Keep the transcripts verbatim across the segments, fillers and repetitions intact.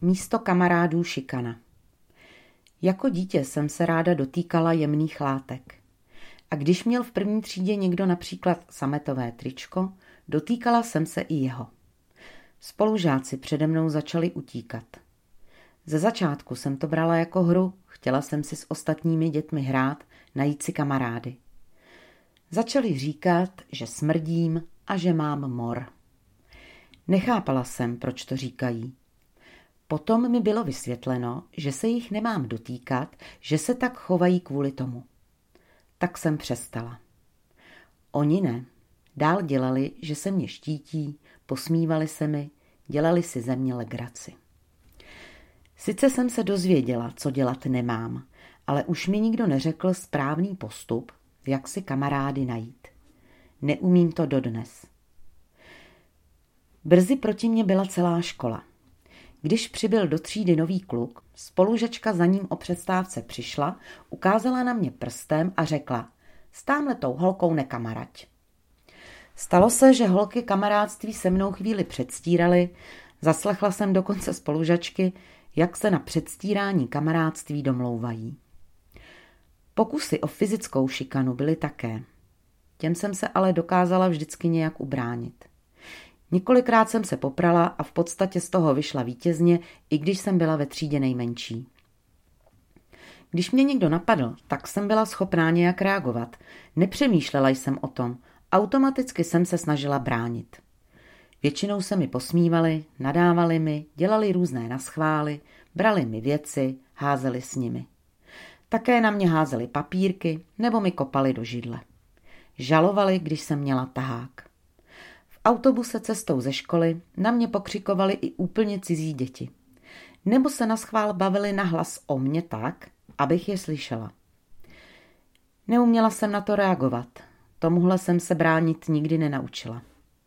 Místo kamarádů šikana. Jako dítě jsem se ráda dotýkala jemných látek. A když měl v první třídě někdo například sametové tričko, dotýkala jsem se i jeho. Spolužáci přede mnou začali utíkat. Ze začátku jsem to brala jako hru, chtěla jsem si s ostatními dětmi hrát, najít si kamarády. Začali říkat, že smrdím a že mám mor. Nechápala jsem, proč to říkají. Potom mi bylo vysvětleno, že se jich nemám dotýkat, že se tak chovají kvůli tomu. Tak jsem přestala. Oni ne. Dál dělali, že se mě štítí, posmívali se mi, dělali si ze mě legraci. Sice jsem se dozvěděla, co dělat nemám, ale už mi nikdo neřekl správný postup, jak si kamarády najít. Neumím to dodnes. Brzy proti mě byla celá škola. Když přibyl do třídy nový kluk, spolužačka za ním o přestávce přišla, ukázala na mě prstem a řekla: s támhletou holkou nekamarať. Stalo se, že holky kamarádství se mnou chvíli předstíraly, zaslechla jsem dokonce spolužačky, jak se na předstírání kamarádství domlouvají. Pokusy o fyzickou šikanu byly také. Těm jsem se ale dokázala vždycky nějak ubránit. Několikrát jsem se poprala a v podstatě z toho vyšla vítězně, i když jsem byla ve třídě nejmenší. Když mě někdo napadl, tak jsem byla schopná nějak reagovat. Nepřemýšlela jsem o tom, automaticky jsem se snažila bránit. Většinou se mi posmívali, nadávali mi, dělali různé naschvály, brali mi věci, házeli s nimi. Také na mě házeli papírky nebo mi kopali do židle. Žalovali, když jsem měla tahák. V autobuse cestou ze školy na mě pokřikovali i úplně cizí děti. Nebo se naschvál bavili nahlas o mně tak, abych je slyšela. Neuměla jsem na to reagovat. Tomuhle jsem se bránit nikdy nenaučila.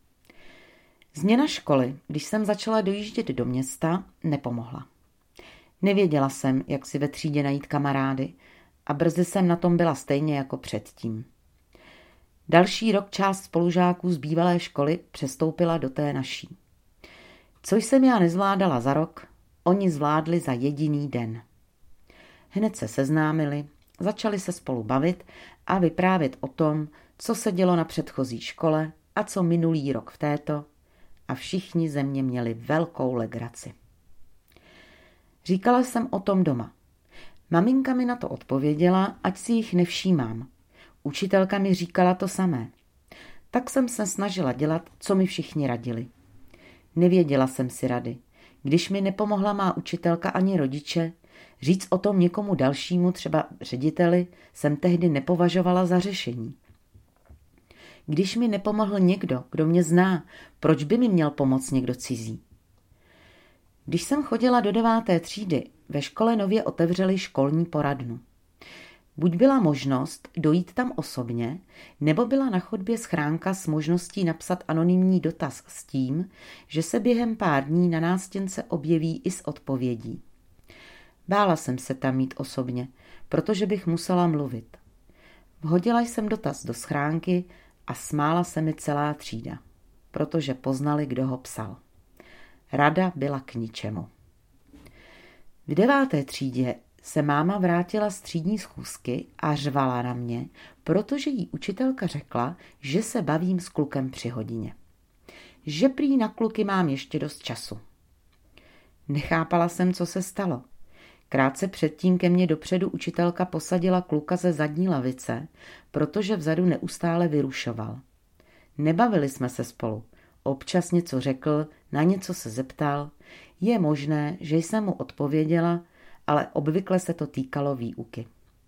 Změna školy, když jsem začala dojíždět do města, nepomohla. Nevěděla jsem, jak si ve třídě najít kamarády a brzy jsem na tom byla stejně jako předtím. Další rok část spolužáků z bývalé školy přestoupila do té naší. Co jsem já nezvládala za rok, oni zvládli za jediný den. Hned se seznámili, začali se spolu bavit a vyprávět o tom, co se dělo na předchozí škole a co minulý rok v této, a všichni ze mě měli velkou legraci. Říkala jsem o tom doma. Maminka mi na to odpověděla, ať si jich nevšímám. Učitelka mi říkala to samé. Tak jsem se snažila dělat, co mi všichni radili. Nevěděla jsem si rady. Když mi nepomohla má učitelka ani rodiče, říct o tom někomu dalšímu, třeba řediteli, jsem tehdy nepovažovala za řešení. Když mi nepomohl někdo, kdo mě zná, proč by mi měl pomoct někdo cizí? Když jsem chodila do deváté třídy, ve škole nově otevřeli školní poradnu. Buď byla možnost dojít tam osobně, nebo byla na chodbě schránka s možností napsat anonymní dotaz s tím, že se během pár dní na nástěnce objeví i s odpovědí. Bála jsem se tam mít osobně, protože bych musela mluvit. Vhodila jsem dotaz do schránky a smála se mi celá třída, protože poznali, kdo ho psal. Rada byla k ničemu. V deváté třídě se máma vrátila z třídní schůzky a řvala na mě, protože jí učitelka řekla, že se bavím s klukem při hodině. Že prý na kluky mám ještě dost času. Nechápala jsem, co se stalo. Krátce předtím ke mně dopředu učitelka posadila kluka ze zadní lavice, protože vzadu neustále vyrušoval. Nebavili jsme se spolu. Občas něco řekl, na něco se zeptal. Je možné, že jsem mu odpověděla, ale obvykle se to týkalo výuky.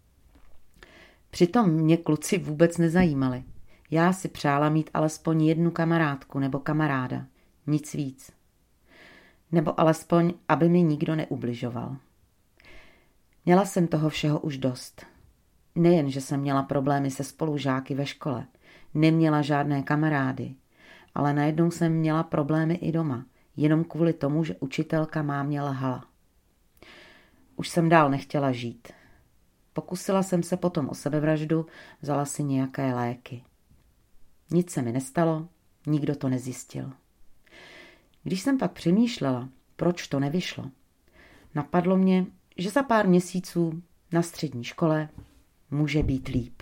Přitom mě kluci vůbec nezajímali. Já si přála mít alespoň jednu kamarádku nebo kamaráda, nic víc. Nebo alespoň, aby mi nikdo neubližoval. Měla jsem toho všeho už dost. Nejen, že jsem měla problémy se spolužáky ve škole, neměla žádné kamarády, ale najednou jsem měla problémy i doma, jenom kvůli tomu, že učitelka mámě lhala. Už jsem dál nechtěla žít. Pokusila jsem se potom o sebevraždu, vzala si nějaké léky. Nic se mi nestalo, nikdo to nezjistil. Když jsem pak přemýšlela, proč to nevyšlo, Napadlo mě, že za pár měsíců na střední škole může být líp.